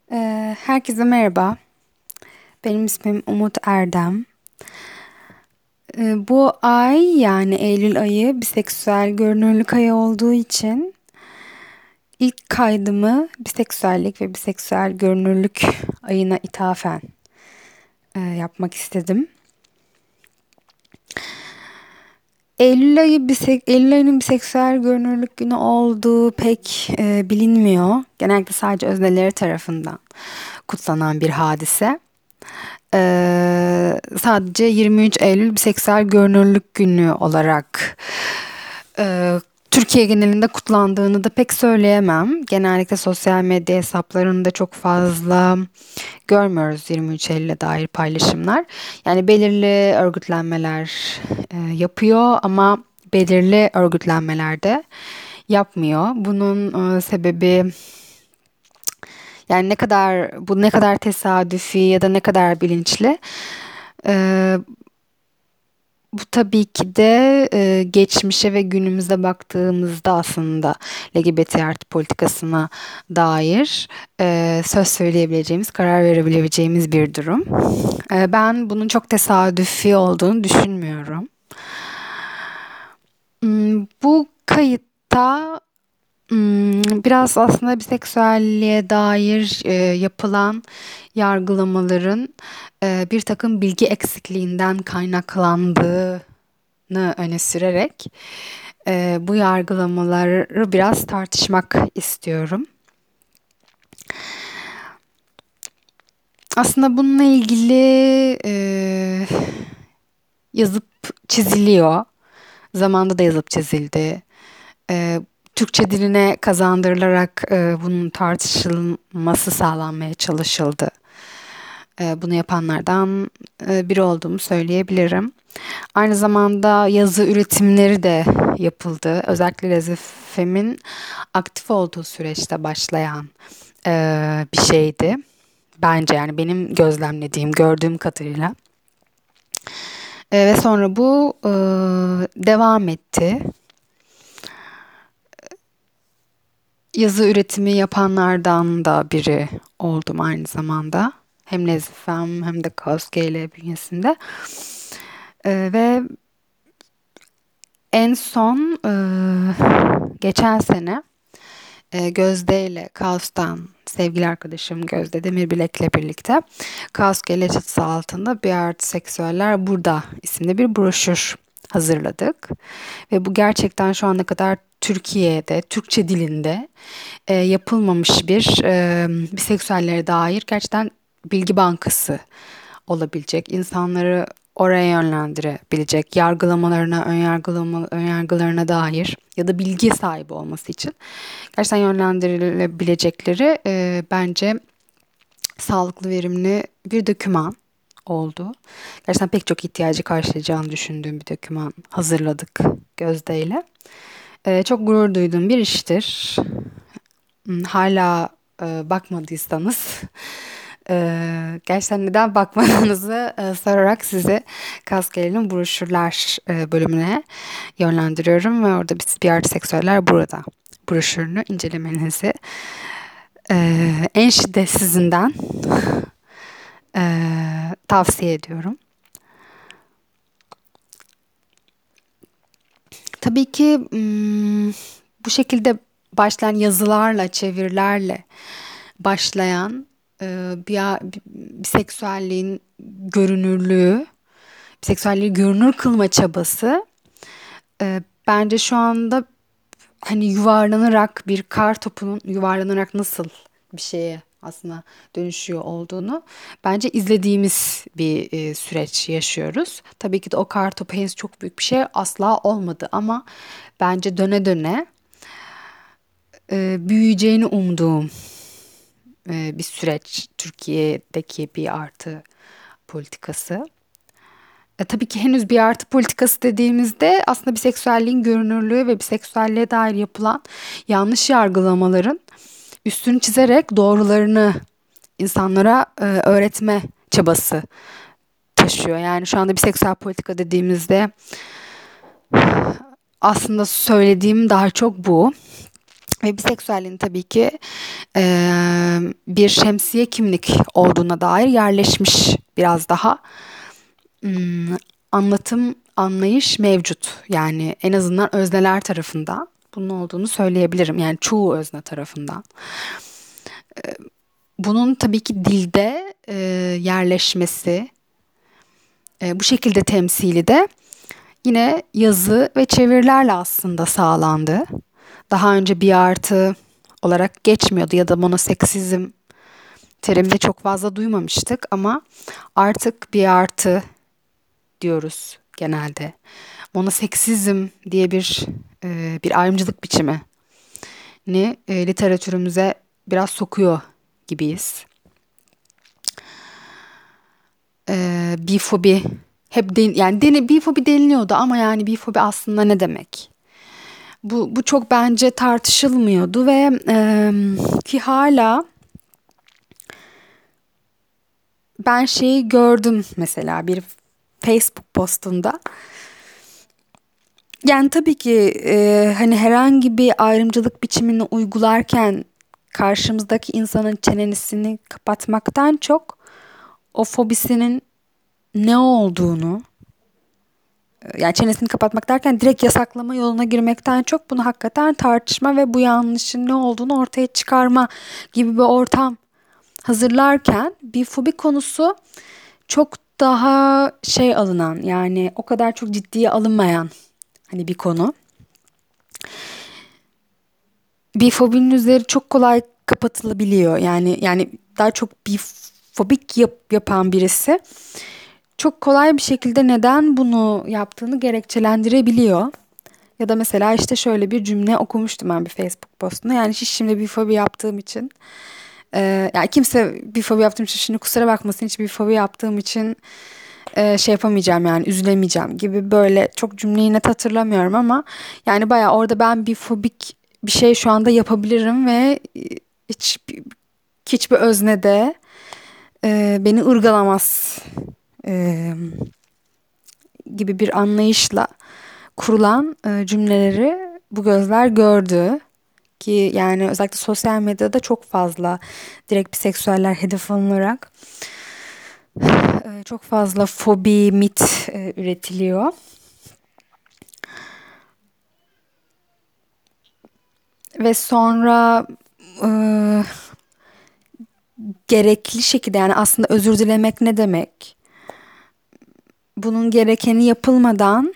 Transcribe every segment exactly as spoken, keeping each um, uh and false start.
Ee, herkese merhaba. Benim ismim Umut Erdem. Ee, bu ay yani Eylül ayı biseksüel görünürlük ayı olduğu için ilk kaydımı biseksüellik ve biseksüel görünürlük ayına ithafen e, yapmak istedim. Eylül ayı bisek Eylül ayının biseksüel görünürlük günü olduğu pek e, bilinmiyor. Genellikle sadece özneleri tarafından kutlanan bir hadise. Ee, sadece yirmi üç Eylül Biseksüel Görünürlük Günü olarak e, Türkiye genelinde kutlandığını da pek söyleyemem. Genellikle sosyal medya hesaplarında çok fazla görmüyoruz yirmi üç Eylül'e dair paylaşımlar. Yani belirli örgütlenmeler e, yapıyor ama belirli örgütlenmeler de yapmıyor. Bunun e, sebebi yani ne kadar bu ne kadar tesadüfi ya da ne kadar bilinçli? Ee, Bu tabii ki de e, geçmişe ve günümüze baktığımızda aslında L G B T artı politikasına dair e, söz söyleyebileceğimiz, karar verebileceğimiz bir durum. E, ben bunun çok tesadüfi olduğunu düşünmüyorum. Hmm, Bu kayıtta Hmm, biraz aslında biseksüelliğe dair e, yapılan yargılamaların e, bir takım bilgi eksikliğinden kaynaklandığını öne sürerek e, bu yargılamaları biraz tartışmak istiyorum. Aslında bununla ilgili e, yazıp çiziliyor. Zamanda da yazıp çizildi. e, Türkçe diline kazandırılarak e, bunun tartışılması sağlanmaya çalışıldı. E, bunu yapanlardan e, biri olduğumu söyleyebilirim. Aynı zamanda yazı üretimleri de yapıldı. Özellikle Rezifem'in aktif olduğu süreçte başlayan e, bir şeydi. Bence yani benim gözlemlediğim, gördüğüm kadarıyla. E, ve sonra bu e, devam etti. Yazı üretimi yapanlardan da biri oldum aynı zamanda. Hem Nezifem hem de Kaos G L bünyesinde. Ee, ve en son e, geçen sene e, Gözde ile Kaos'tan sevgili arkadaşım Gözde Demirbilek'le birlikte Kaos G L çatısı altında Bir Artı Seksüeller Burada isimli bir broşür hazırladık. Ve bu gerçekten şu ana kadar Türkiye'de, Türkçe dilinde e, yapılmamış bir e, biseksüellere dair gerçekten bilgi bankası olabilecek, insanları oraya yönlendirebilecek, yargılamalarına, önyargılama, önyargılarına dair ya da bilgi sahibi olması için gerçekten yönlendirilebilecekleri e, bence sağlıklı, verimli bir doküman oldu. Gerçekten pek çok ihtiyacı karşılayacağını düşündüğüm bir doküman hazırladık Gözde ile. E, çok gurur duyduğum bir iştir. Hmm, Hala e, bakmadıysanız e, gerçekten neden bakmadığınızı e, sorarak sizi Kaskeli'nin broşürler e, bölümüne yönlendiriyorum ve orada biz bir artı seksüeller burada broşürünü incelemenizi e, en şiddetsizinden e, tavsiye ediyorum. Tabii ki hmm, bu şekilde başlayan yazılarla, çevirilerle başlayan e, bir, bir biseksüelliğin görünürlüğü, biseksüelliği görünür kılma çabası e, bence şu anda hani yuvarlanarak bir kar topunun yuvarlanarak nasıl bir şeye aslında dönüşüyor olduğunu bence izlediğimiz bir e, süreç yaşıyoruz. Tabii ki de o kar topu henüz çok büyük bir şey asla olmadı ama bence döne döne e, büyüyeceğini umduğum e, bir süreç Türkiye'deki bir artı politikası. E, tabii ki henüz bir artı politikası dediğimizde aslında biseksüelliğin görünürlüğü ve biseksüelliğe dair yapılan yanlış yargılamaların üstünü çizerek doğrularını insanlara e, öğretme çabası taşıyor. Yani şu anda biseksüel politika dediğimizde aslında söylediğim daha çok bu. Ve biseksüelliğin tabii ki e, bir şemsiye kimlik olduğuna dair yerleşmiş biraz daha hmm, anlatım, anlayış mevcut. Yani en azından özneler tarafından bunun olduğunu söyleyebilirim. Yani çoğu özne tarafından. Bunun tabii ki dilde e, yerleşmesi, e, bu şekilde temsili de yine yazı ve çevirilerle aslında sağlandı. Daha önce bir artı olarak geçmiyordu ya da monoseksizm terimini çok fazla duymamıştık ama artık bir artı diyoruz genelde. Monoseksizm diye bir e, bir ayrımcılık biçimini e, literatürümüze biraz sokuyor gibiyiz. E, bifobi hep den, yani deni, bifobi deniliyordu ama yani bifobi aslında ne demek? Bu bu çok bence tartışılmıyordu ve e, ki hala ben şeyi gördüm mesela bir Facebook postunda. Yani tabii ki e, hani herhangi bir ayrımcılık biçimini uygularken karşımızdaki insanın çenesini kapatmaktan çok o fobisinin ne olduğunu, e, yani çenesini kapatmak derken direkt yasaklama yoluna girmekten çok bunu hakikaten tartışma ve bu yanlışın ne olduğunu ortaya çıkarma gibi bir ortam hazırlarken bir fobi konusu çok daha şey alınan, yani o kadar çok ciddiye alınmayan hani bir konu. Bir fobinin üzeri çok kolay kapatılabiliyor. Yani yani daha çok bir fobik yap, yapan birisi çok kolay bir şekilde neden bunu yaptığını gerekçelendirebiliyor. Ya da mesela işte şöyle bir cümle okumuştum ben bir Facebook postunda. Yani hiç şimdi bir fobi yaptığım için e, yani kimse bir fobi yaptığım için şimdi kusura bakmasın, hiç bir fobi yaptığım için e, şey yapamayacağım, yani üzülemeyeceğim gibi, böyle çok cümleyi net hatırlamıyorum ama yani bayağı orada ben bir fobik bir şey şu anda yapabilirim ve e, hiç hiçbir öznede e, beni ırgalamaz e, gibi bir anlayışla kurulan e, cümleleri bu gözler gördü. Ki yani özellikle sosyal medyada çok fazla direkt biseksüeller hedef alınarak e, çok fazla fobi, mit e, üretiliyor. Ve sonra e, gerekli şekilde, yani aslında özür dilemek ne demek? Bunun gerekeni yapılmadan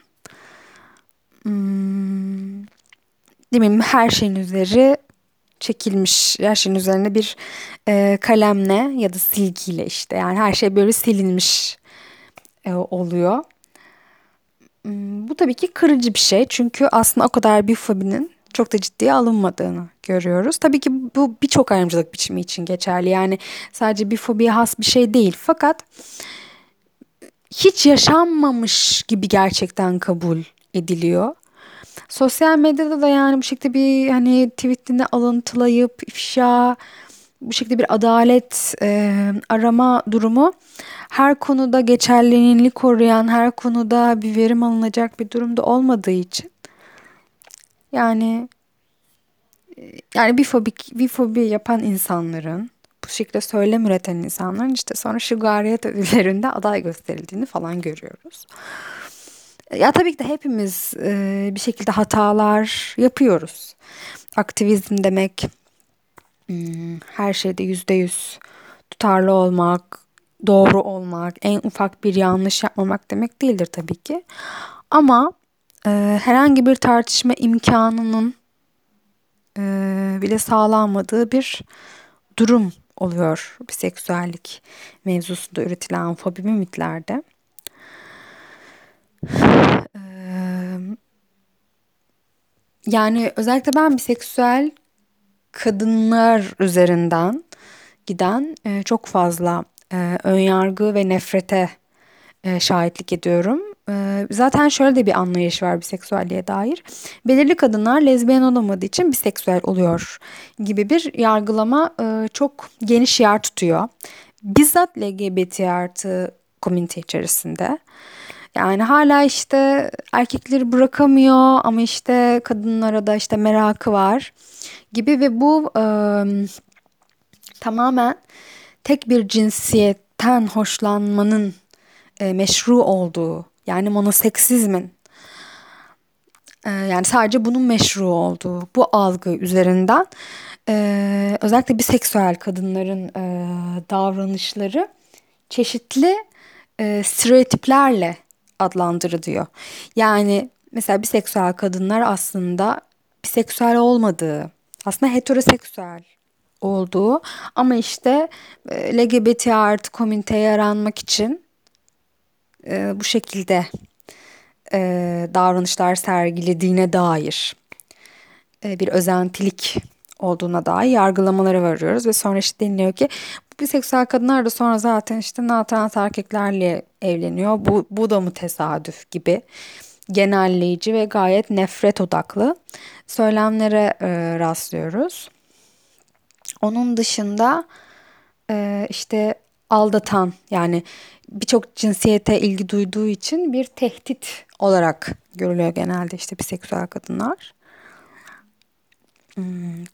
hmm, değil mi, her şeyin üzeri çekilmiş, her şeyin üzerine bir e, kalemle ya da silgiyle, işte yani her şey böyle silinmiş e, oluyor. Hmm, Bu tabii ki kırıcı bir şey, çünkü aslında o kadar bir fobinin çok da ciddiye alınmadığını görüyoruz. Tabii ki bu birçok ayrımcılık biçimi için geçerli. Yani sadece bir fobiye has bir şey değil. Fakat hiç yaşanmamış gibi gerçekten kabul ediliyor. Sosyal medyada da yani bu şekilde bir hani tweetini alıntılayıp ifşa, bu şekilde bir adalet e, arama durumu her konuda geçerliliğini koruyan, her konuda bir verim alınacak bir durumda olmadığı için yani yani bir fobi bir fobi yapan insanların, bu şekilde söylem üreten insanların işte sonra şugariyet ödüllerinde aday gösterildiğini falan görüyoruz. Ya tabii ki de hepimiz e, bir şekilde hatalar yapıyoruz. Aktivizm demek hmm, her şeyde yüzde yüz tutarlı olmak, doğru olmak, en ufak bir yanlış yapmamak demek değildir tabii ki. Ama e, herhangi bir tartışma imkanının e, bile sağlanmadığı bir durum oluyor biseksüellik mevzusunda üretilen fobi ve mitlerde. Ee, Yani özellikle ben biseksüel kadınlar üzerinden giden e, çok fazla e, önyargı ve nefrete e, şahitlik ediyorum. E, zaten şöyle de bir anlayış var biseksüelliğe dair. Belirli kadınlar lezbiyen olamadığı için biseksüel oluyor gibi bir yargılama e, çok geniş yer tutuyor. Bizzat L G B T artı komünite içerisinde. Yani hala işte erkekleri bırakamıyor ama işte kadınlara da işte merakı var gibi ve bu e, tamamen tek bir cinsiyetten hoşlanmanın e, meşru olduğu, yani monoseksizmin, e, yani sadece bunun meşru olduğu bu algı üzerinden e, özellikle biseksüel kadınların e, davranışları çeşitli e, stereotiplerle adlandırılıyor. Yani mesela biseksüel kadınlar aslında biseksüel olmadığı, aslında heteroseksüel olduğu ama işte e, L G B T artı komüniteye yaranmak için e, bu şekilde e, davranışlar sergilediğine dair e, bir özentilik olduğuna dair yargılamalara varıyoruz ve sonra işte deniliyor ki bu biseksüel kadınlar da sonra zaten işte na trans erkeklerle evleniyor. Bu, bu da mı tesadüf gibi genelleyici ve gayet nefret odaklı söylemlere e, rastlıyoruz. Onun dışında e, işte aldatan, yani birçok cinsiyete ilgi duyduğu için bir tehdit olarak görülüyor genelde işte biseksüel kadınlar. Hmm,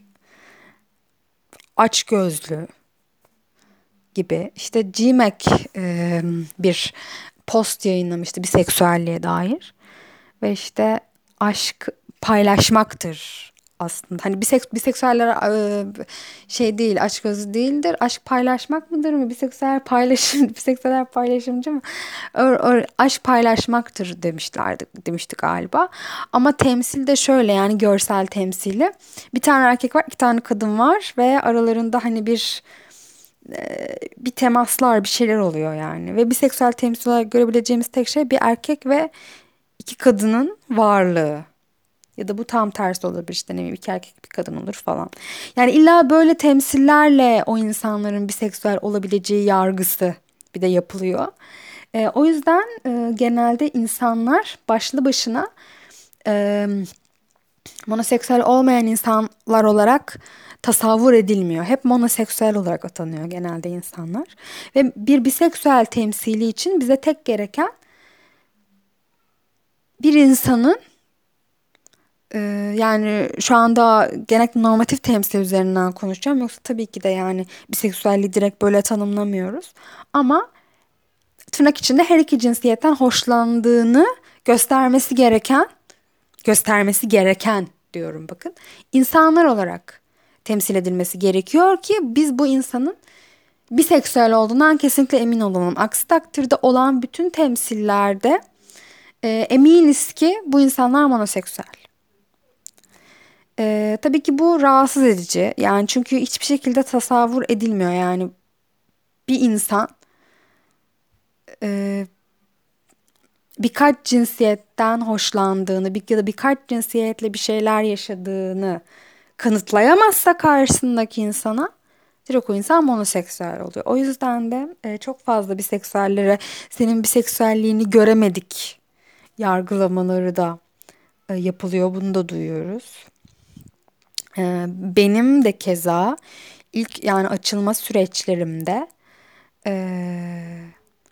açgözlü gibi. İşte G M A C e, bir post yayınlamıştı biseksüelliğe dair. Ve işte aşk paylaşmaktır aslında. Hani biseks biseksüeller e, şey değil, açgözlü değildir. Aşk paylaşmak mıdır mı? Biseksüel paylaşım, biseksüeller paylaşımcı mı? Or, or, aşk paylaşmaktır demişlerdi, demişti galiba. Ama temsil de şöyle, yani görsel temsili. Bir tane erkek var, iki tane kadın var ve aralarında hani bir bir temaslar, bir şeyler oluyor yani. Ve biseksüel temsil olarak görebileceğimiz tek şey bir erkek ve iki kadının varlığı. Ya da bu tam tersi olabilir, işte ne bileyim, iki erkek bir kadın olur falan. Yani illa böyle temsillerle o insanların biseksüel olabileceği yargısı bir de yapılıyor. E, o yüzden e, genelde insanlar başlı başına e, monoseksüel olmayan insanlar olarak tasavvur edilmiyor. Hep monoseksüel olarak atanıyor genelde insanlar. Ve bir biseksüel temsili için bize tek gereken bir insanın e, yani şu anda genellikle normatif temsil üzerinden konuşacağım. Yoksa tabii ki de yani biseksüelliği direkt böyle tanımlamıyoruz. Ama tırnak içinde her iki cinsiyetten hoşlandığını göstermesi gereken göstermesi gereken diyorum bakın, insanlar olarak temsil edilmesi gerekiyor ki biz bu insanın biseksüel olduğundan kesinlikle emin olalım. Aksi takdirde olan bütün temsillerde e, eminiz ki bu insanlar monoseksüel. E, tabii ki bu rahatsız edici. Yani çünkü hiçbir şekilde tasavvur edilmiyor. Yani bir insan e, birkaç cinsiyetten hoşlandığını bir, ya da birkaç cinsiyetle bir şeyler yaşadığını kanıtlayamazsa karşısındaki insana, direkt o insan monoseksüel oluyor. O yüzden de e, çok fazla biseksüellere senin biseksüelliğini göremedik yargılamaları da e, yapılıyor. Bunu da duyuyoruz. E, benim de keza ilk, yani açılma süreçlerimde e,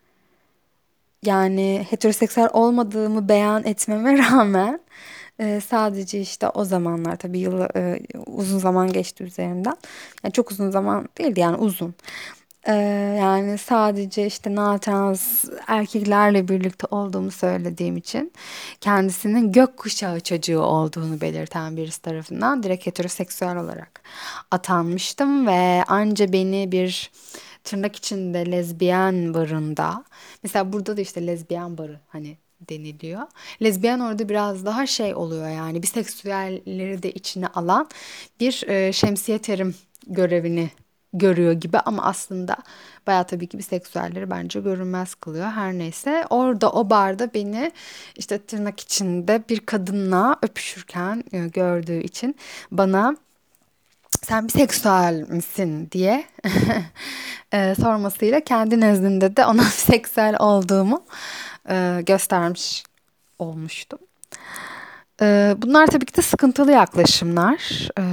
yani heteroseksüel olmadığımı beyan etmeme rağmen e, sadece işte o zamanlar, tabii yıl e, uzun zaman geçti üzerimden. Yani çok uzun zaman değildi, yani uzun. E, yani sadece işte natrans erkeklerle birlikte olduğumu söylediğim için kendisinin gökkuşağı çocuğu olduğunu belirten birisi tarafından direkt heteroseksüel olarak atanmıştım ve anca beni bir tırnak içinde lezbiyen barında, mesela burada da işte lezbiyen barı hani deniliyor. Lezbiyen orada biraz daha şey oluyor, yani biseksüelleri de içine alan bir e, şemsiye terim görevini görüyor gibi, ama aslında bayağı tabii ki biseksüelleri bence görünmez kılıyor. Her neyse, orada o barda beni işte tırnak içinde bir kadınla öpüşürken e, gördüğü için bana sen biseksüel misin diye e, sormasıyla kendi nezdinde de ona biseksüel olduğumu e, göstermiş olmuştum. E, bunlar tabii ki de sıkıntılı yaklaşımlar. E,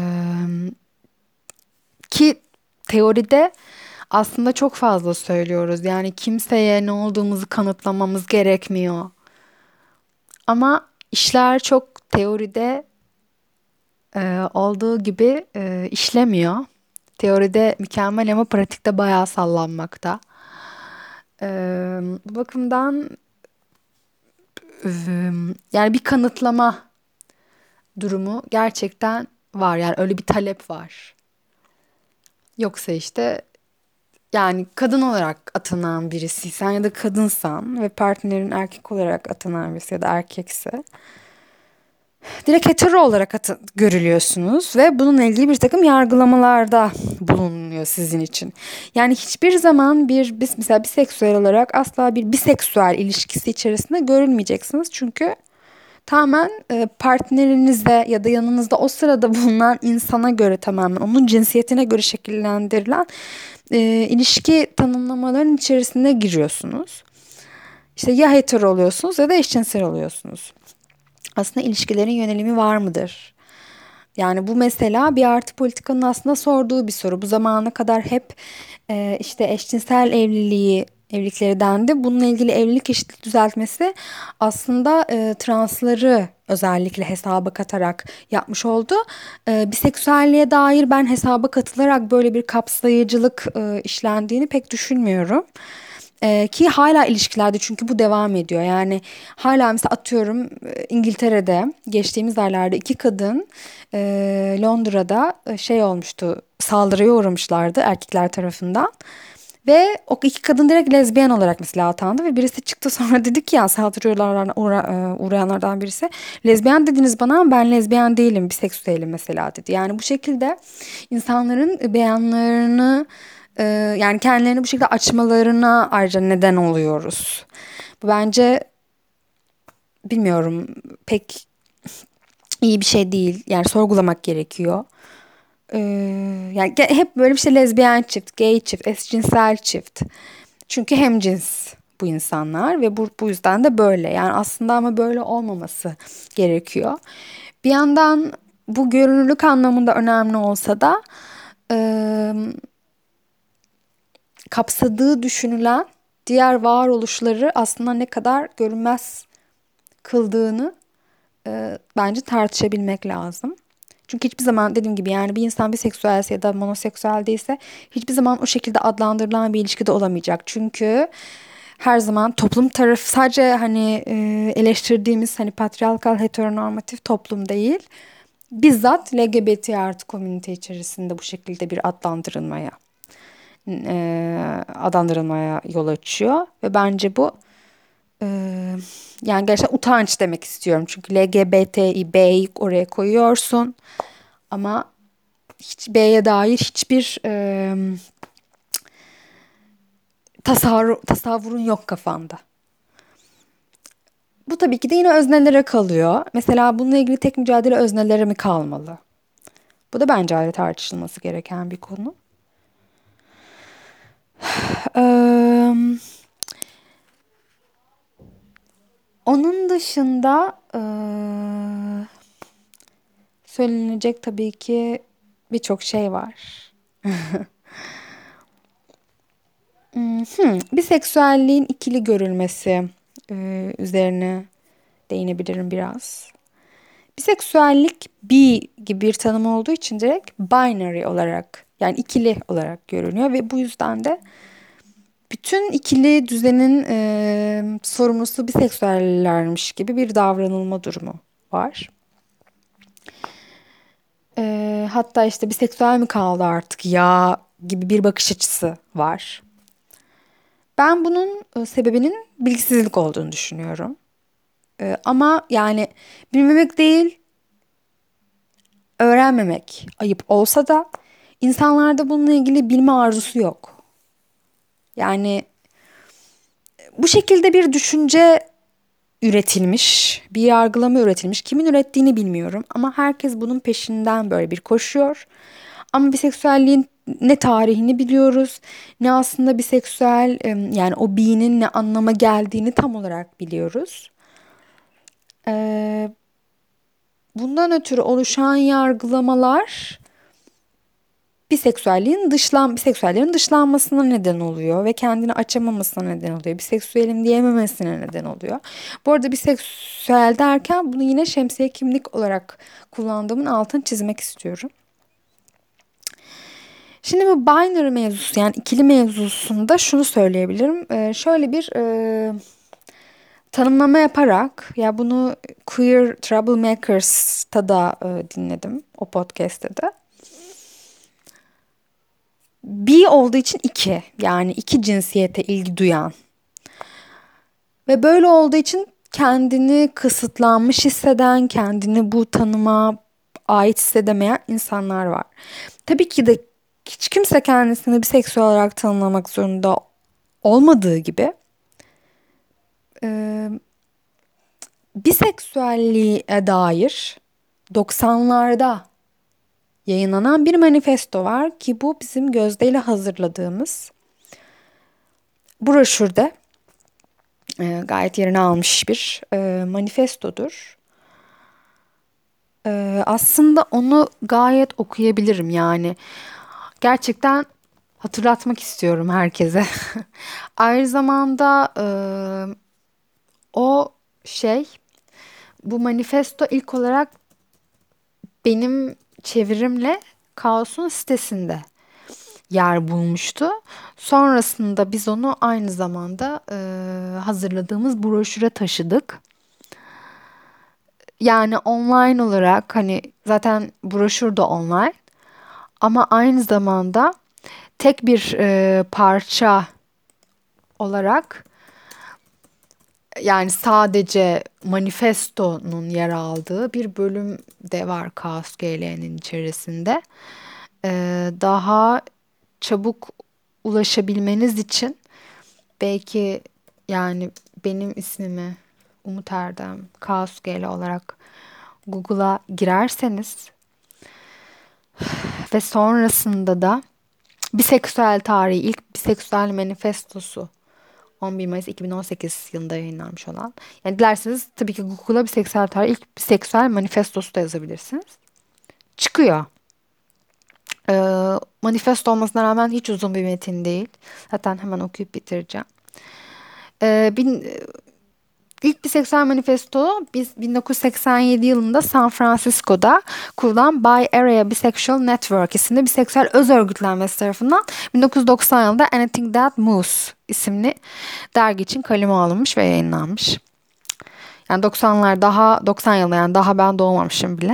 ki teoride aslında çok fazla söylüyoruz. Yani kimseye ne olduğumuzu kanıtlamamız gerekmiyor. Ama işler çok teoride e, olduğu gibi e, işlemiyor. Teoride mükemmel ama pratikte bayağı sallanmakta. Ee, Bu bakımdan ıı, yani bir kanıtlama durumu gerçekten var. Yani öyle bir talep var. Yoksa işte yani kadın olarak atanan birisiysen ya da kadınsan ve partnerin erkek olarak atanan birisi ya da erkekse direkt hetero olarak atı- görülüyorsunuz ve bununla ilgili bir takım yargılamalarda bulunuyor sizin için. Yani hiçbir zaman bir biz mesela biseksüel olarak asla bir biseksüel ilişkisi içerisinde görülmeyeceksiniz. Çünkü tamamen e, partnerinize ya da yanınızda o sırada bulunan insana göre tamamen onun cinsiyetine göre şekillendirilen e, ilişki tanımlamaların içerisine giriyorsunuz. İşte ya hetero oluyorsunuz ya da eşcinsel oluyorsunuz. Aslında ilişkilerin yönelimi var mıdır? Yani bu mesela bir artı politikanın aslında sorduğu bir soru. Bu zamana kadar hep e, işte eşcinsel evliliği evlilikleri dendi. Bununla ilgili evlilik eşitlik düzeltmesi aslında e, transları özellikle hesaba katarak yapmış oldu. E, biseksüelliğe dair ben hesaba katılarak böyle bir kapsayıcılık e, işlendiğini pek düşünmüyorum. Ee, ki hala ilişkilerde çünkü bu devam ediyor. Yani hala mesela atıyorum e, İngiltere'de geçtiğimiz aylarda iki kadın e, Londra'da e, şey olmuştu, saldırıya uğramışlardı erkekler tarafından. Ve o iki kadın direkt lezbiyen olarak mesela atandı ve birisi çıktı sonra dedi ki ya saldırılardan uğra, e, uğrayanlardan birisi lezbiyen dediniz bana ama ben lezbiyen değilim biseksüelim mesela dedi. Yani bu şekilde insanların beyanlarını e, yani kendilerini bu şekilde açmalarına ayrıca neden oluyoruz. Bu bence bilmiyorum pek iyi bir şey değil. Yani sorgulamak gerekiyor. Ee, Yani hep böyle bir şey lezbiyen çift, gay çift, eşcinsel çift. Çünkü hemcins bu insanlar ve bu, bu yüzden de böyle. Yani aslında ama böyle olmaması gerekiyor. Bir yandan bu görünürlük anlamında önemli olsa da e, kapsadığı düşünülen diğer varoluşları aslında ne kadar görünmez kıldığını e, bence tartışabilmek lazım. Çünkü hiçbir zaman dediğim gibi yani bir insan biseksüelse ya da monoseksüel değilse hiçbir zaman o şekilde adlandırılan bir ilişkide olamayacak. Çünkü her zaman toplum tarafı sadece hani e, eleştirdiğimiz hani patriarkal heteronormatif toplum değil. Bizzat L G B T artı komünite içerisinde bu şekilde bir adlandırılmaya e, adlandırılmaya yol açıyor ve bence bu e, yani gerçekten utanç demek istiyorum. Çünkü L G B T'yi B'yi oraya koyuyorsun ama hiç B'ye dair hiçbir e, tasavvur, tasavvurun yok kafanda. Bu tabii ki de yine öznelere kalıyor. Mesela bununla ilgili tek mücadele öznelere mi kalmalı? Bu da bence ayrı tartışılması gereken bir konu. Ee, Onun dışında ee, söylenecek tabii ki birçok şey var. Hmm, hmm. Biseksüelliğin ikili görülmesi ee, üzerine değinebilirim biraz. Biseksüellik bi gibi bir tanım olduğu için direkt binary olarak yani ikili olarak görünüyor ve bu yüzden de bütün ikili düzenin e, sorumlusu biseksüellermiş gibi bir davranılma durumu var. E, hatta işte biseksüel mi kaldı artık ya gibi bir bakış açısı var. Ben bunun e, sebebinin bilgisizlik olduğunu düşünüyorum. E, ama yani bilmemek değil, öğrenmemek ayıp olsa da insanlarda bununla ilgili bilme arzusu yok. Yani bu şekilde bir düşünce üretilmiş, bir yargılama üretilmiş. Kimin ürettiğini bilmiyorum ama herkes bunun peşinden böyle bir koşuyor. Ama biseksüelliğin ne tarihini biliyoruz, ne aslında biseksüel yani o bi'nin ne anlama geldiğini tam olarak biliyoruz. Ee, Bundan ötürü oluşan yargılamalar biseksüelliğin dışlan biseksüellerin dışlanmasına neden oluyor ve kendini açamamasına neden oluyor. Biseksüelim diyememesine neden oluyor. Bu arada biseksüel derken bunu yine şemsiye kimlik olarak kullandığımın altını çizmek istiyorum. Şimdi bu binary mevzusu, yani ikili mevzusunda şunu söyleyebilirim. Ee, şöyle bir e, tanımlama yaparak, ya bunu Queer Troublemakers'ta da e, dinledim, o podcast'te de. Bi olduğu için iki, yani iki cinsiyete ilgi duyan ve böyle olduğu için kendini kısıtlanmış hisseden, kendini bu tanıma ait hissedemeyen insanlar var. Tabii ki de hiç kimse kendisini biseksüel olarak tanımlamak zorunda olmadığı gibi e, biseksüelliğe dair doksanlarda yayınlanan bir manifesto var ki bu bizim Gözde ile hazırladığımız broşürde e, gayet yerini almış bir e, manifestodur. E, aslında onu gayet okuyabilirim, yani gerçekten hatırlatmak istiyorum herkese. Aynı zamanda e, o şey bu manifesto ilk olarak benim çevirimle Kaos'un sitesinde yer bulmuştu. Sonrasında biz onu aynı zamanda e, hazırladığımız broşüre taşıdık. Yani online olarak, hani zaten broşür de online, ama aynı zamanda tek bir e, parça olarak, yani sadece manifestonun yer aldığı bir bölüm de var Kaos G L N'in içerisinde. Ee, daha çabuk ulaşabilmeniz için belki, yani benim ismimi Umut Erdem Kaos G L olarak Google'a girerseniz ve sonrasında da biseksüel tarihi, ilk biseksüel manifestosu on bir Mayıs iki bin on sekiz yılında yayınlanmış olan. Yani dilerseniz tabii ki Google'a biseksüel tarih, ilk biseksüel manifestosu da yazabilirsiniz. Çıkıyor. Ee, manifesto olmasına rağmen hiç uzun bir metin değil. Zaten hemen okuyup bitireceğim. Ee, bin, ilk biseksüel manifesto biz bin dokuz yüz seksen yedi yılında San Francisco'da kurulan Bay Area Bisexual Network isimli biseksüel öz örgütlenmesi tarafından bin dokuz yüz doksan yılında Anything That Moves isimli dergi için kaleme alınmış ve yayınlanmış. Yani doksanlar, daha doksan yılında, yani daha ben doğmamışım bile.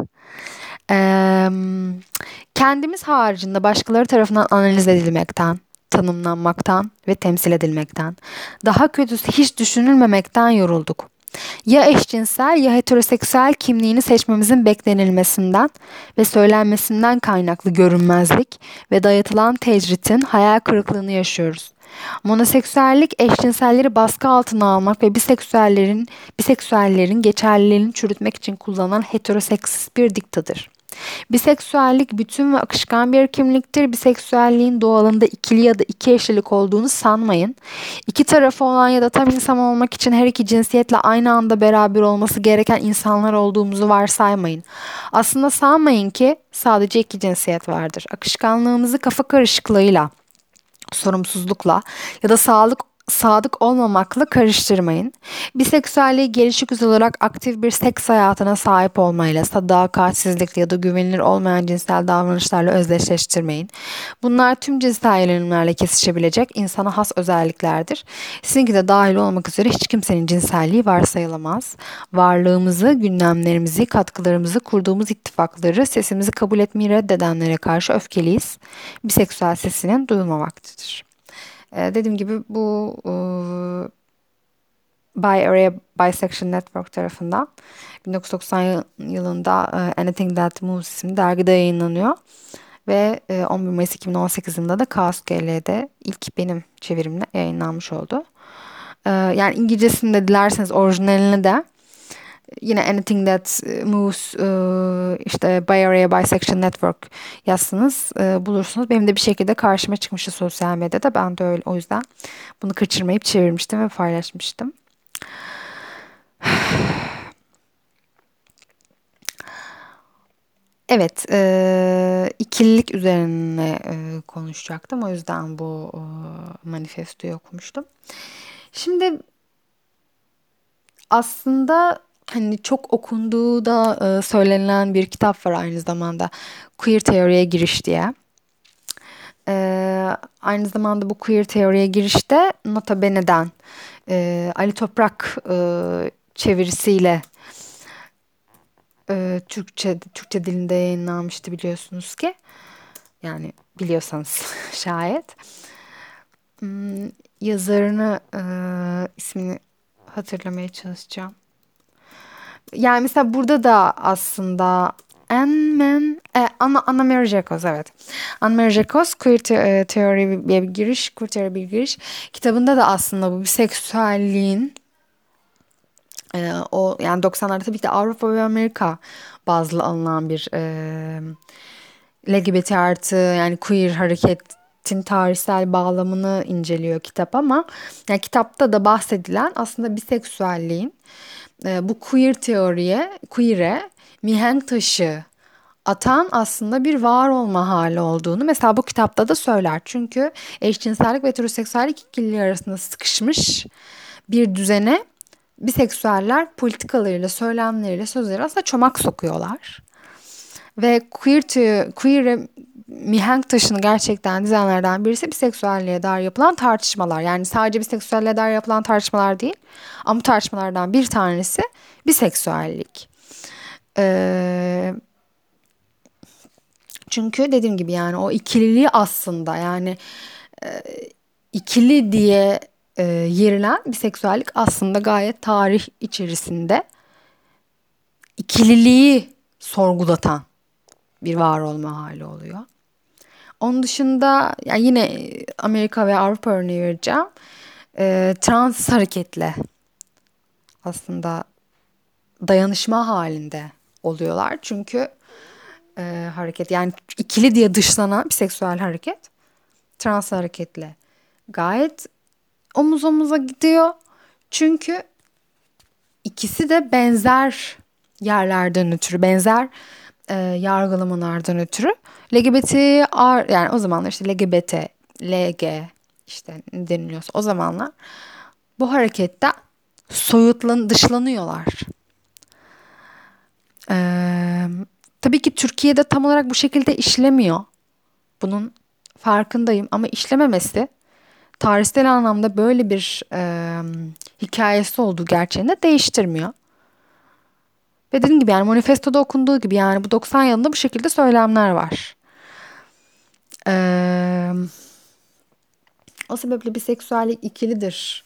Eee, kendimiz haricinde başkaları tarafından analiz edilmekten, tanımlanmaktan ve temsil edilmekten, daha kötüsü hiç düşünülmemekten yorulduk. Ya eşcinsel ya heteroseksüel kimliğini seçmemizin beklenilmesinden ve söylenmesinden kaynaklı görünmezlik ve dayatılan tecritin hayal kırıklığını yaşıyoruz. Monoseksüellik, eşcinselleri baskı altına almak ve biseksüellerin biseksüellerin geçerliliğini çürütmek için kullanılan heteroseksist bir diktadır. Biseksüellik bütün ve akışkan bir kimliktir. Biseksüelliğin doğalında ikili ya da iki eşlilik olduğunu sanmayın. İki tarafı olan ya da tam insan olmak için her iki cinsiyetle aynı anda beraber olması gereken insanlar olduğumuzu varsaymayın. Aslında sanmayın ki sadece iki cinsiyet vardır. Akışkanlığımızı kafa karışıklığıyla, sorumsuzlukla ya da sağlık sadık olmamakla karıştırmayın. Biseksüelliği gelişigüzel olarak aktif bir seks hayatına sahip olmayla, sadakatsizlikle ya da güvenilir olmayan cinsel davranışlarla özdeşleştirmeyin. Bunlar tüm cinsel yönelimlerle kesişebilecek insana has özelliklerdir. Sizinki de dahil olmak üzere hiç kimsenin cinselliği varsayılamaz. Varlığımızı, gündemlerimizi, katkılarımızı, kurduğumuz ittifakları, sesimizi kabul etmeyi reddedenlere karşı öfkeliyiz. Biseksüel sesinin duyulmamaktadır. Ee, dediğim gibi bu e, Bay Area Bisexual Network tarafından bin dokuz yüz doksan yılında e, Anything That Moves isimli dergide yayınlanıyor. Ve e, on bir Mayıs iki bin on sekiz yılında da Kaos G L'de ilk benim çevirimle yayınlanmış oldu. E, yani İngilizcesinde dilerseniz orijinaline de yine Anything That Moves, e, işte Bay Area Bisexual Network yazsanız e, bulursunuz. Benim de bir şekilde karşıma çıkmıştı sosyal medyada. Ben de öyle, o yüzden bunu kaçırmayıp çevirmiştim ve paylaşmıştım. Evet, e, ikililik üzerine e, konuşacaktım. O yüzden bu e, manifestoyu okumuştum. Şimdi aslında hani çok okunduğu da e, söylenilen bir kitap var aynı zamanda. Queer Teoriye Giriş diye. Ee, aynı zamanda bu queer teoriye girişte Nota Bene'den e, Ali Toprak e, çevirisiyle e, Türkçe Türkçe dilinde yayınlanmıştı biliyorsunuz ki. Yani biliyorsanız şayet. Hmm, yazarını e, ismini hatırlamaya çalışacağım. Yani mesela burada da aslında Anne e, Anna, Anna Mary Jacobs, evet. Anna Mary Jacobs Queer te- e, Teori bir giriş, Queer Teori bir giriş kitabında da aslında bu biseksüelliğin e, o yani doksanlarda tabii ki de Avrupa ve Amerika bazlı alınan bir e, L G B T artı yani queer hareketin tarihsel bağlamını inceliyor kitap ama yani kitapta da bahsedilen aslında biseksüelliğin e, bu queer teoriye, queer'e mihenk taşı atan aslında bir var olma hali olduğunu mesela bu kitapta da söyler. Çünkü eşcinsellik ve heteroseksüellik ikiliği arasında sıkışmış bir düzene biseksüeller politikalarıyla, söylemleriyle, sözleriyle aslında çomak sokuyorlar. Ve queer, to, queer'e mihenk taşını gerçekten dizenlerden birisi biseksüelliğe dair yapılan tartışmalar. Yani sadece biseksüelliğe dair yapılan tartışmalar değil. Ama bu tartışmalardan bir tanesi biseksüellik. Ee, çünkü dediğim gibi yani o ikililiği aslında yani e, ikili diye e, yerilen biseksüellik aslında gayet tarih içerisinde ikililiği sorgulatan bir var olma hali oluyor. Onun dışında yani yine Amerika ve Avrupa örneği vereceğim. Ee, trans hareketle aslında dayanışma halinde oluyorlar. Çünkü e, hareket yani ikili diye dışlanan bir seksüel hareket trans hareketle gayet omuz omuza gidiyor. Çünkü ikisi de benzer yerlerden ötürü, benzer e, yargılamalardan ötürü L G B T yani o zamanlar işte L G B T, L G işte ne deniliyorsa o zamanlar bu hareketten soyutlan dışlanıyorlar. Ee, tabii ki Türkiye'de tam olarak bu şekilde işlemiyor. Bunun farkındayım ama işlememesi tarihsel anlamda böyle bir e, hikayesi olduğu gerçeğini de değiştirmiyor. Ve dediğim gibi yani manifestoda okunduğu gibi yani bu doksan yılında bu şekilde söylemler var. Ee, o sebeple biseksüellik ikilidir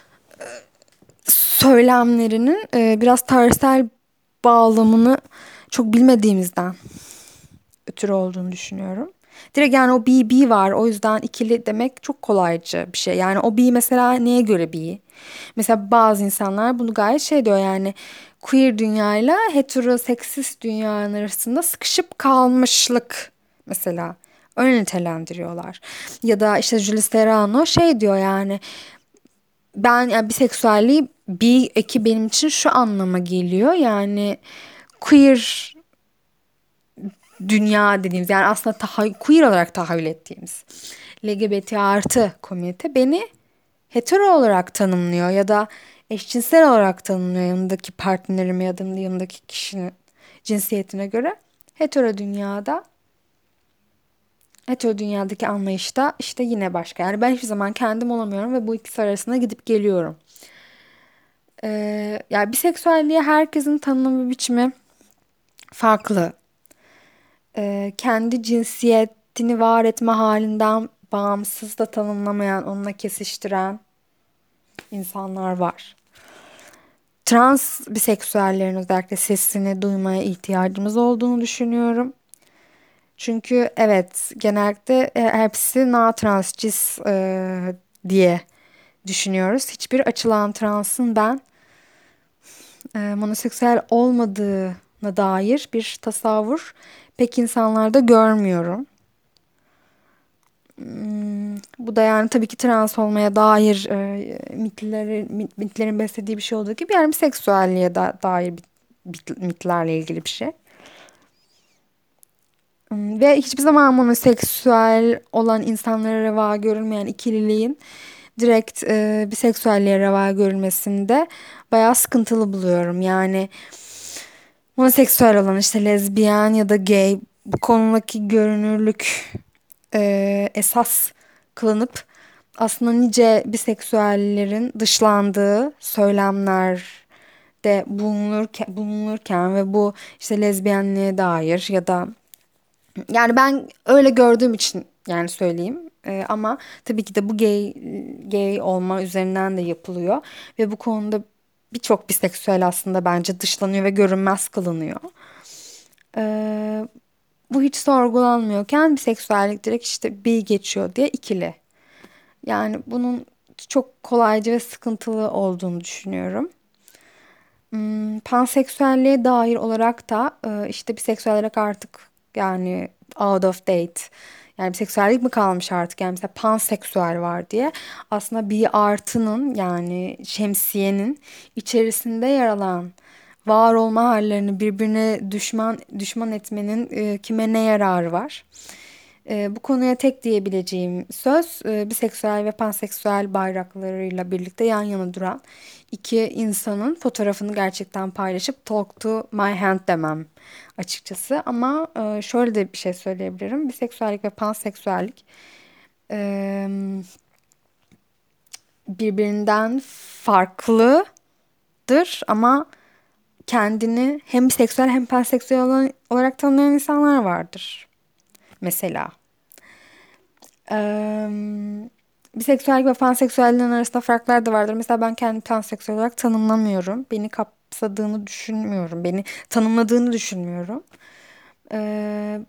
söylemlerinin e, biraz tarihsel bağlamını çok bilmediğimizden ötürü olduğunu düşünüyorum. Direkt yani o bi bi var o yüzden ikili demek çok kolaycı bir şey. Yani o bi mesela neye göre bi? Mesela bazı insanlar bunu gayet şey diyor yani queer dünyayla heteroseksist dünyanın arasında sıkışıp kalmışlık mesela öyle nitelendiriyorlar. Ya da işte Jules Serrano şey diyor yani ben yani biseksüelliği bi eki benim için şu anlama geliyor yani queer dünya dediğimiz yani aslında tahayyül, queer olarak tahayyül ettiğimiz L G B T artı komünite beni hetero olarak tanımlıyor ya da eşcinsel olarak tanımlıyor yanındaki partnerime ya da yanındaki kişinin cinsiyetine göre. Hetero dünyada, hetero dünyadaki anlayışta işte yine başka. Yani ben hiçbir zaman kendim olamıyorum ve bu ikisi arasında gidip geliyorum. Ee, yani biseksüelliğe herkesin tanımı biçimi farklı. Ee, kendi cinsiyetini var etme halinden bağımsız da tanımlamayan, onunla kesiştiren insanlar var. Trans biseksüellerin özellikle sesini duymaya ihtiyacımız olduğunu düşünüyorum. Çünkü evet genellikle e, hepsi na trans cis e, diye düşünüyoruz. Hiçbir açılan transın ben e, monoseksüel olmadığına dair bir tasavvur pek insanlarda görmüyorum. Hmm, bu da yani tabii ki trans olmaya dair e, mitleri, mit- mitlerin beslediği bir şey olduğu gibi yani seksüelliğe da, dair bir, bit- mitlerle ilgili bir şey. Hmm, ve hiçbir zaman monoseksüel olan insanlara reva görülmeyen ikililiğin direkt e, biseksüelliğe reva görülmesinde bayağı sıkıntılı buluyorum. Yani monoseksüel olan işte lezbiyen ya da gay bu konudaki görünürlük e, esas kılınıp aslında nice biseksüellerin dışlandığı söylemlerde bulunurken, bulunurken ve bu işte lezbiyenliğe dair ya da yani ben öyle gördüğüm için yani söyleyeyim. Ee, ama tabii ki de bu gay gay olma üzerinden de yapılıyor ve bu konuda birçok biseksüel aslında bence dışlanıyor ve görünmez kılınıyor. Ee, Bu hiç sorgulanmıyorken biseksüellik direkt işte bi geçiyor diye ikili. Yani bunun çok kolaycı ve sıkıntılı olduğunu düşünüyorum. Hmm, panseksüelliğe dair olarak da e, işte biseksüel olarak artık yani out of date. Yani biseksüellik mi kalmış artık? Yani mesela panseksüel var diye. Aslında bir artının yani şemsiyenin içerisinde yer alan var olma hallerini birbirine düşman düşman etmenin e, kime ne yararı var? E, bu konuya tek diyebileceğim söz e, biseksüel ve panseksüel bayraklarıyla birlikte yan yana duran iki insanın fotoğrafını gerçekten paylaşıp talk to my hand demem açıkçası. Ama e, şöyle de bir şey söyleyebilirim. Biseksüellik ve panseksüellik e, birbirinden farklıdır ama kendini hem biseksüel hem panseksüel olan- olarak tanımlayan insanlar vardır. Mesela. Eee biseksüellik ve panseksüelliğin arasında farklar da vardır. Mesela ben kendimi panseksüel olarak tanımlamıyorum. Beni kapsadığını düşünmüyorum. Beni tanımladığını düşünmüyorum. Eee,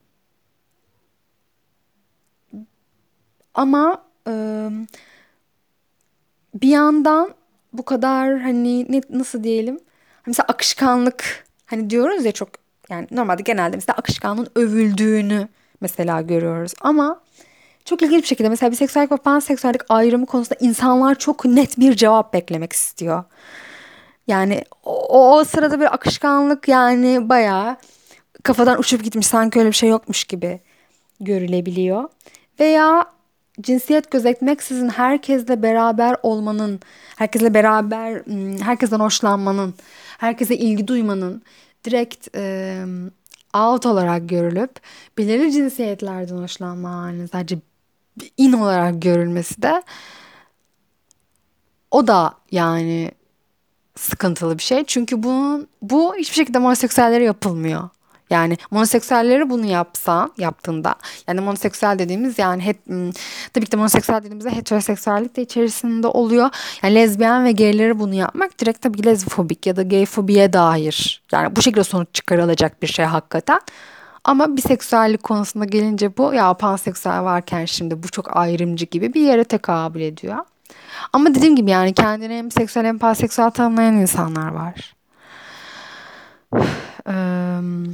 ama eee, bir yandan bu kadar hani ne, nasıl diyelim? Hani mesela akışkanlık hani diyoruz ya çok yani normalde genelde mesela akışkanlığın övüldüğünü mesela görüyoruz. Ama çok ilginç bir şekilde mesela biseksüellik ve panseksüellik ayrımı konusunda insanlar çok net bir cevap beklemek istiyor. Yani o, o sırada bir akışkanlık yani bayağı kafadan uçup gitmiş sanki öyle bir şey yokmuş gibi görülebiliyor. Veya cinsiyet gözetmeksizin herkesle beraber olmanın, herkesle beraber, herkesten hoşlanmanın, herkese ilgi duymanın direkt e, out olarak görülüp belirli cinsiyetlerden hoşlanma halinin sadece in olarak görülmesi de o da yani sıkıntılı bir şey. Çünkü bunun, bu hiçbir şekilde monoseksüellere yapılmıyor. Yani monoseksüelleri bunu yapsa, yaptığında yani monoseksüel dediğimiz yani het, m, tabii ki de monoseksüel dediğimizde heteroseksüellik de içerisinde oluyor. Yani lezbiyen ve gayleri bunu yapmak direkt tabii ki lezbofobik ya da gayfobiye dair. Yani bu şekilde sonuç çıkarılacak bir şey hakikaten. Ama biseksüellik konusunda gelince bu ya panseksüel varken şimdi bu çok ayrımcı gibi bir yere tekabül ediyor. Ama dediğim gibi yani kendini hem seksüel hem panseksüel tanımlayan insanlar var. Eee,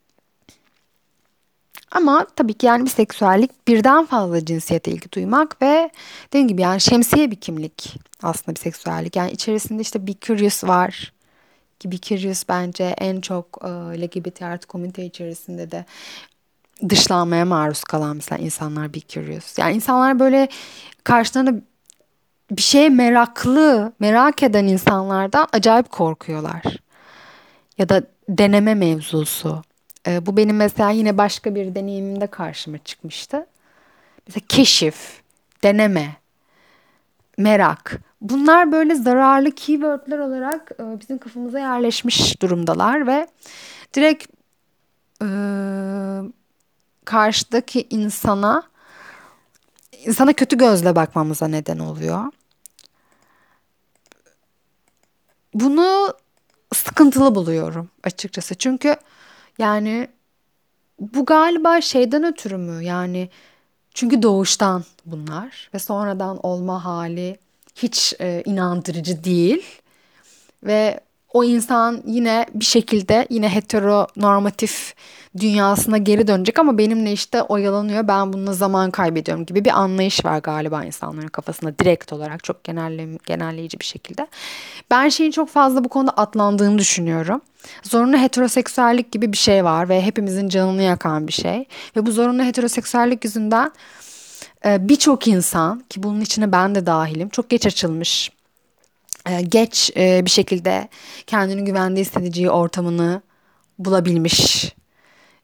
ama tabii ki yani biseksüellik birden fazla cinsiyete ilgi duymak ve dediğim gibi yani şemsiye bir kimlik aslında biseksüellik. Yani içerisinde işte Bicurious var ki Bicurious bence en çok e, L G B T artı komünite içerisinde de dışlanmaya maruz kalan mesela insanlar Bicurious. Yani insanlar böyle karşılarına bir şeye meraklı, merak eden insanlardan acayip korkuyorlar. Ya da deneme mevzusu. Ee, bu benim mesela yine başka bir deneyimimde karşıma çıkmıştı. Mesela keşif, deneme, merak. Bunlar böyle zararlı keywordler olarak e, bizim kafamıza yerleşmiş durumdalar ve direkt e, karşıdaki insana insana kötü gözle bakmamıza neden oluyor. Bunu sıkıntılı buluyorum açıkçası. Çünkü yani bu galiba şeyden ötürü mü? Yani çünkü doğuştan bunlar ve sonradan olma hali hiç e, inandırıcı değil. Ve o insan yine bir şekilde yine heteronormatif dünyasına geri dönecek ama benimle işte oyalanıyor. Ben bununla zaman kaybediyorum gibi bir anlayış var galiba insanların kafasında direkt olarak çok genelle, genelleyici bir şekilde. Ben şeyin çok fazla bu konuda atlandığını düşünüyorum. Zorunlu heteroseksüellik gibi bir şey var ve hepimizin canını yakan bir şey. Ve bu zorunlu heteroseksüellik yüzünden e, birçok insan ki bunun içine ben de dahilim çok geç açılmış e, geç e, bir şekilde kendini güvende hissedeceği ortamını bulabilmiş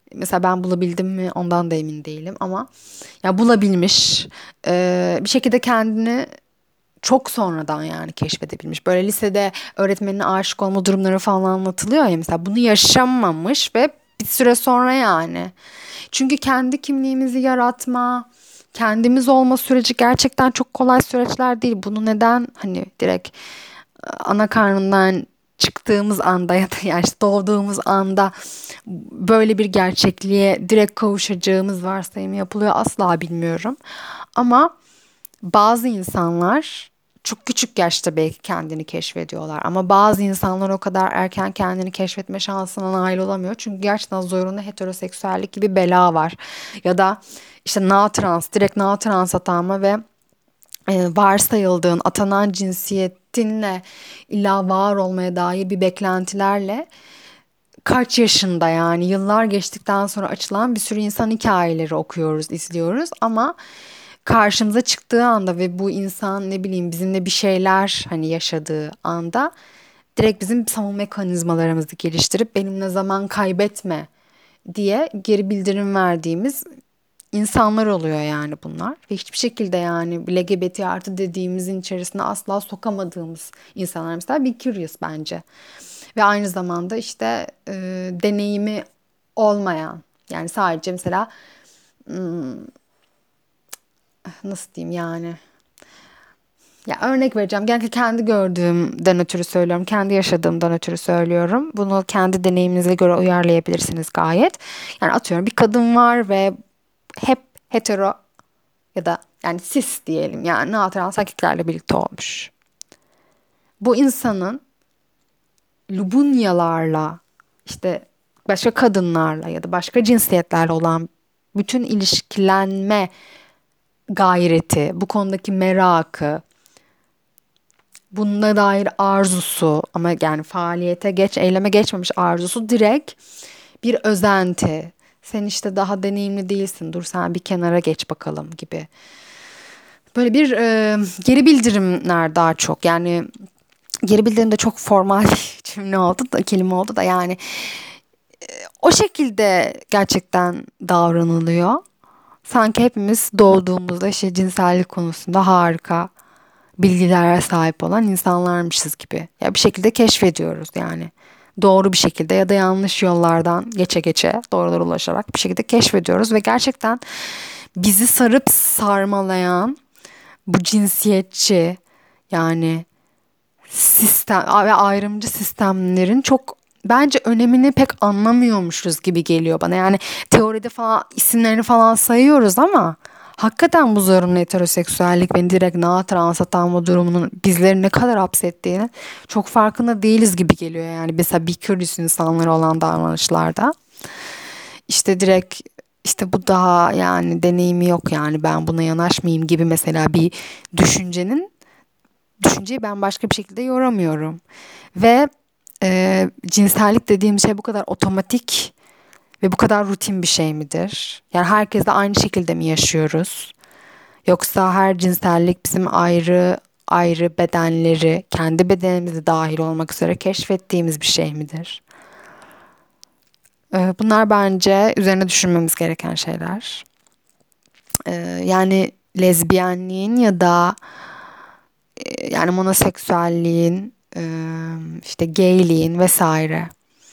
Mesela ben bulabildim mi ondan da emin değilim ama ya bulabilmiş, e, bir şekilde kendini çok sonradan yani keşfedebilmiş. Böyle lisede öğretmenine aşık olma durumları falan anlatılıyor ya, mesela bunu yaşamamış ve bir süre sonra yani. Çünkü kendi kimliğimizi yaratma, kendimiz olma süreci gerçekten çok kolay süreçler değil. Bunu neden hani direkt e, ana karnından çıktığımız anda ya da yani işte doğduğumuz anda böyle bir gerçekliğe direkt kavuşacağımız varsayımı yapılıyor asla bilmiyorum. Ama bazı insanlar çok küçük yaşta belki kendini keşfediyorlar ama bazı insanlar o kadar erken kendini keşfetme şansına nail olamıyor. Çünkü gerçekten zorunlu heteroseksüellik gibi bir bela var. Ya da işte na trans, direkt na trans atanma ve e, varsayıldığın, atanan cinsiyetinle illa var olmaya dair bir beklentilerle kaç yaşında yani yıllar geçtikten sonra açılan bir sürü insan hikayeleri okuyoruz, izliyoruz ama karşımıza çıktığı anda ve bu insan ne bileyim bizimle bir şeyler hani yaşadığı anda direkt bizim savunma mekanizmalarımızı geliştirip benimle zaman kaybetme diye geri bildirim verdiğimiz insanlar oluyor yani bunlar. Ve hiçbir şekilde yani L G B T artı dediğimizin içerisine asla sokamadığımız insanlar. Mesela bir curious bence. Ve aynı zamanda işte e, deneyimi olmayan yani sadece mesela hmm, nasıl diyeyim yani ya örnek vereceğim. Genelde kendi gördüğümden ötürü söylüyorum. Kendi yaşadığımdan ötürü söylüyorum. Bunu kendi deneyiminize göre uyarlayabilirsiniz gayet. Yani atıyorum bir kadın var ve hep hetero ya da yani cis diyelim yani trans erkeklerle birlikte olmuş. Bu insanın Lubunyalarla işte başka kadınlarla ya da başka cinsiyetlerle olan bütün ilişkilenme gayreti, bu konudaki merakı, bununla dair arzusu ama yani faaliyete geç, eyleme geçmemiş arzusu direkt bir özenti. Sen işte daha deneyimli değilsin, dur sen bir kenara geç bakalım gibi. Böyle bir e, geri bildirimler daha çok yani geri bildirim de çok formal bir cümle oldu da kelime oldu da yani o şekilde gerçekten davranılıyor. Sanki hepimiz doğduğumuzda işte cinsellik konusunda harika bilgilere sahip olan insanlarmışız gibi. Ya bir şekilde keşfediyoruz yani. Doğru bir şekilde ya da yanlış yollardan geçe geçe doğrulara ulaşarak bir şekilde keşfediyoruz ve gerçekten bizi sarıp sarmalayan bu cinsiyetçi yani sistem ve ayrımcı sistemlerin çok bence önemini pek anlamıyormuşuz gibi geliyor bana. Yani teoride falan isimlerini falan sayıyoruz ama hakikaten bu zorunlu heteroseksüellik ve direkt na trans atanma durumunun bizleri ne kadar hapsettiğini çok farkında değiliz gibi geliyor. Yani mesela biküris insanlara olan davranışlarda işte direkt işte bu daha yani deneyimi yok yani ben buna yanaşmayayım gibi mesela bir düşüncenin düşünceyi ben başka bir şekilde yoramıyorum. Ve e, cinsellik dediğim şey bu kadar otomatik ve bu kadar rutin bir şey midir? Yani herkes de aynı şekilde mi yaşıyoruz? Yoksa her cinsellik bizim ayrı ayrı bedenleri, kendi bedenimizi dahil olmak üzere keşfettiğimiz bir şey midir? E, bunlar bence üzerine düşünmemiz gereken şeyler. E, yani lezbiyenliğin ya da e, yani monoseksüelliğin, e, işte gayliğin vesaire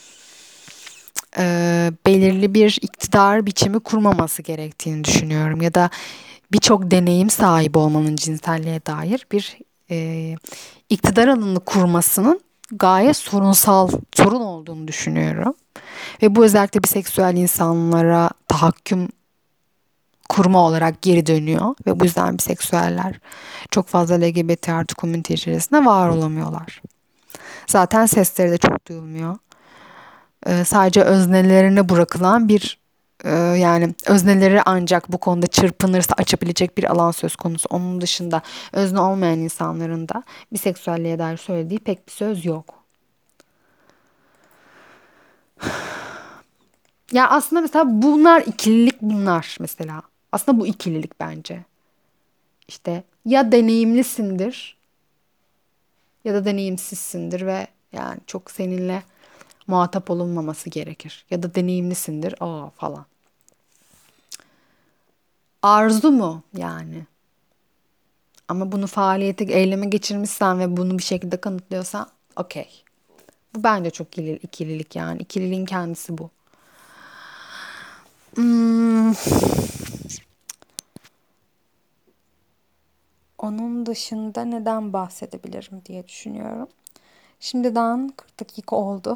e, belirli bir iktidar biçimi kurmaması gerektiğini düşünüyorum. Ya da birçok deneyim sahibi olmanın cinselliğe dair bir e, iktidar alanını kurmasının gayet sorunsal, sorun olduğunu düşünüyorum. Ve bu özellikle biseksüel insanlara tahakküm kurma olarak geri dönüyor. Ve bu yüzden biseksüeller çok fazla L G B T artı komünite içerisinde var olamıyorlar. Zaten sesleri de çok duyulmuyor. Ee, sadece öznelerine bırakılan bir e, yani özneleri ancak bu konuda çırpınırsa açabilecek bir alan söz konusu. Onun dışında özne olmayan insanların da biseksüelliğe dair söylediği pek bir söz yok. Ya aslında mesela bunlar ikililik bunlar mesela. Aslında bu ikililik bence. İşte ya deneyimlisindir ya da deneyimsizsindir ve yani çok seninle muhatap olunmaması gerekir. Ya da deneyimlisindir, aa falan. Arzu mu yani? Ama bunu faaliyete, eyleme geçirmişsen ve bunu bir şekilde kanıtlıyorsan okey. Bu bence çok ikili- ikililik yani. İkililiğin kendisi bu. Hmm, onun dışında neden bahsedebilirim diye düşünüyorum. Şimdiden kırk dakika oldu.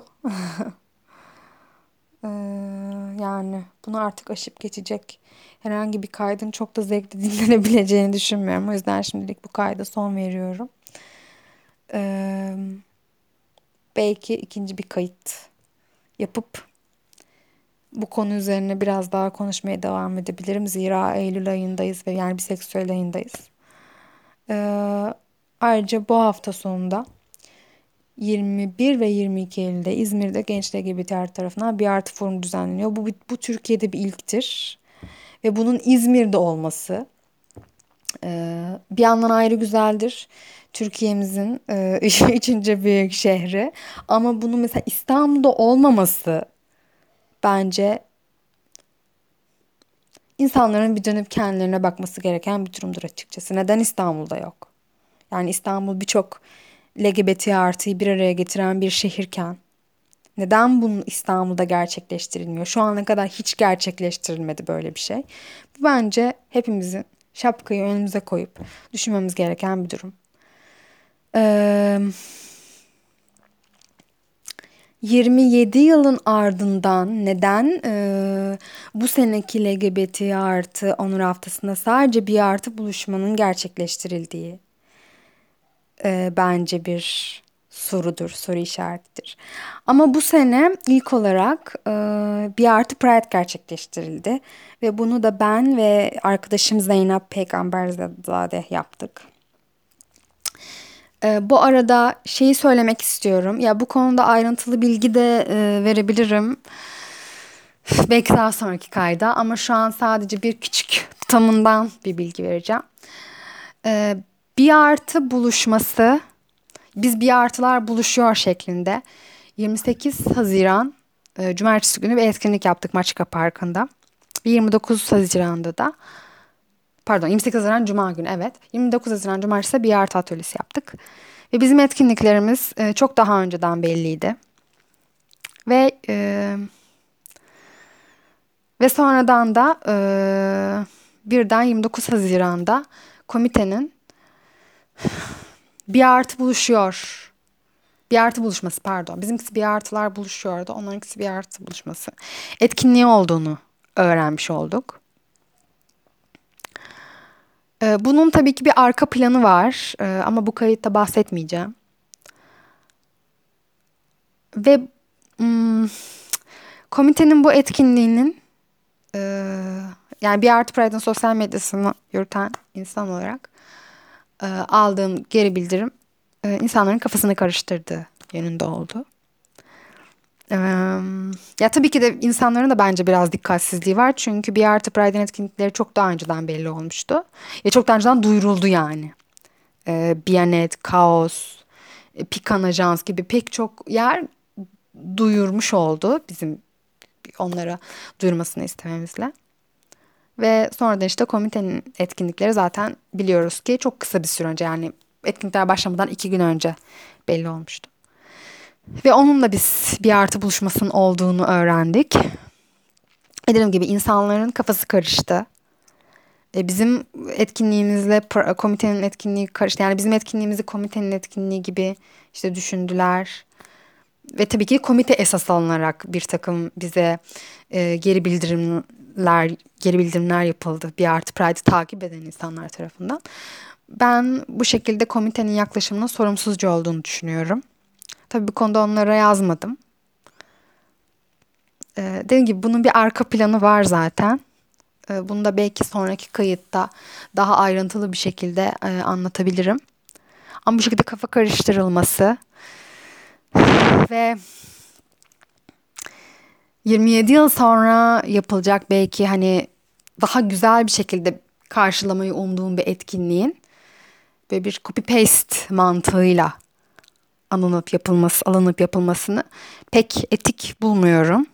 Ee, yani bunu artık aşıp geçecek herhangi bir kaydın çok da zevkli dinlenebileceğini düşünmüyorum. O yüzden şimdilik bu kayda son veriyorum. Ee, belki ikinci bir kayıt yapıp bu konu üzerine biraz daha konuşmaya devam edebilirim. Zira Eylül ayındayız ve yani biseksüel ayındayız. Ee, ayrıca bu hafta sonunda yirmi bir ve yirmi iki Eylül'de İzmir'de Genç L G B T artı tarafından bir artı forum düzenleniyor. Bu, bu Türkiye'de bir ilktir. Ve bunun İzmir'de olması e, bir yandan ayrı güzeldir. Türkiye'mizin e, üçüncü büyük şehri. Ama bunun mesela İstanbul'da olmaması bence insanların bir dönüp kendilerine bakması gereken bir durumdur açıkçası. Neden İstanbul'da yok? Yani İstanbul birçok L G B T artıyı bir araya getiren bir şehirken neden bunun İstanbul'da gerçekleştirilmiyor? Şu ana kadar hiç gerçekleştirilmedi böyle bir şey. Bu bence hepimizin şapkayı önümüze koyup düşünmemiz gereken bir durum. Ee, yirmi yedi yılın ardından neden e, bu seneki L G B T artı onur haftasında sadece bir artı buluşmanın gerçekleştirildiği e, bence bir sorudur, soru işaretidir. Ama bu sene ilk olarak e, bir artı Pride gerçekleştirildi ve bunu da ben ve arkadaşım Zeynep Peygamberzade yaptık. E, bu arada şeyi söylemek istiyorum. Ya bu konuda ayrıntılı bilgi de e, verebilirim. Belki daha sonraki kayda ama şu an sadece bir küçük tutamından bir bilgi vereceğim. E, bir artı buluşması biz bir artılar buluşuyor şeklinde yirmi sekiz Haziran e, Cumartesi günü bir etkinlik yaptık Maçka Parkı'nda. Ve yirmi dokuz Haziran'da da pardon yirmi sekiz Haziran Cuma günü evet. yirmi dokuz Haziran Cumartesi bir artı atölyesi yaptık. Ve bizim etkinliklerimiz e, çok daha önceden belliydi. Ve e, ve sonradan da e, birden yirmi dokuz Haziran'da komitenin bir artı buluşuyor. Bir artı buluşması pardon. Bizimkisi bir artılar buluşuyordu. Onlarınkisi bir artı buluşması. Etkinliği olduğunu öğrenmiş olduk. Ee, bunun tabii ki bir arka planı var. Ee, ama bu kayıtta bahsetmeyeceğim. Ve hmm, komitenin bu etkinliğinin e, yani bir artı Pride'ın sosyal medyasını yürüten insan olarak e, aldığım geri bildirim e, insanların kafasını karıştırdığı yönünde oldu. Eee, ya tabii ki de insanların da bence biraz dikkatsizliği var. Çünkü bir artı Pride'in etkinlikleri çok daha önceden belli olmuştu. Ya çok daha önceden duyuruldu yani. Eee Biyanet, Kaos, e, Pikan Ajans gibi pek çok yer duyurmuş oldu bizim onlara duyurmasını istememizle. Ve sonra da işte komitenin etkinlikleri zaten biliyoruz ki çok kısa bir süre önce yani etkinlikler başlamadan iki gün önce belli olmuştu. Ve onunla biz bir artı buluşmasının olduğunu öğrendik. Dediğim gibi insanların kafası karıştı. E, bizim etkinliğimizle komitenin etkinliği karıştı. Yani bizim etkinliğimizi komitenin etkinliği gibi işte düşündüler. Ve tabii ki komite esas alınarak bir takım bize e, geri bildirimler geri bildirimler yapıldı. Bir artı Pride'ı takip eden insanlar tarafından. Ben bu şekilde komitenin yaklaşımına sorumsuzca olduğunu düşünüyorum. Tabii bu konuda onlara yazmadım. Ee, dediğim gibi bunun bir arka planı var zaten. Ee, bunu da belki sonraki kayıtta daha ayrıntılı bir şekilde e, anlatabilirim. Ama bu şekilde kafa karıştırılması ve yirmi yedi yıl sonra yapılacak belki hani daha güzel bir şekilde karşılamayı umduğum bir etkinliğin böyle bir copy paste mantığıyla alınıp yapılması, alınıp yapılmasını pek etik bulmuyorum.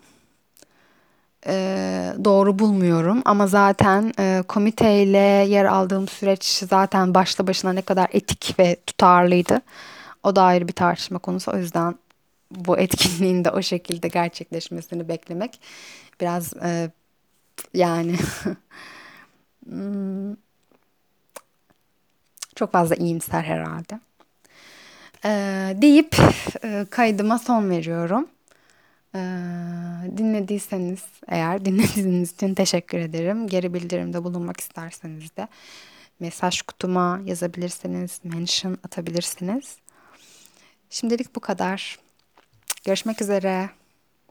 Ee, doğru bulmuyorum ama zaten e, komiteyle yer aldığım süreç zaten başlı başına ne kadar etik ve tutarlıydı. O da ayrı bir tartışma konusu. O yüzden bu etkinliğin de o şekilde gerçekleşmesini beklemek biraz e, yani hmm, çok fazla iyimser herhalde. Ee, deyip e, kaydıma son veriyorum. Ee, dinlediyseniz eğer dinlediğiniz için teşekkür ederim. Geri bildirimde bulunmak isterseniz de mesaj kutuma yazabilirsiniz, mention atabilirsiniz. Şimdilik bu kadar. Görüşmek üzere.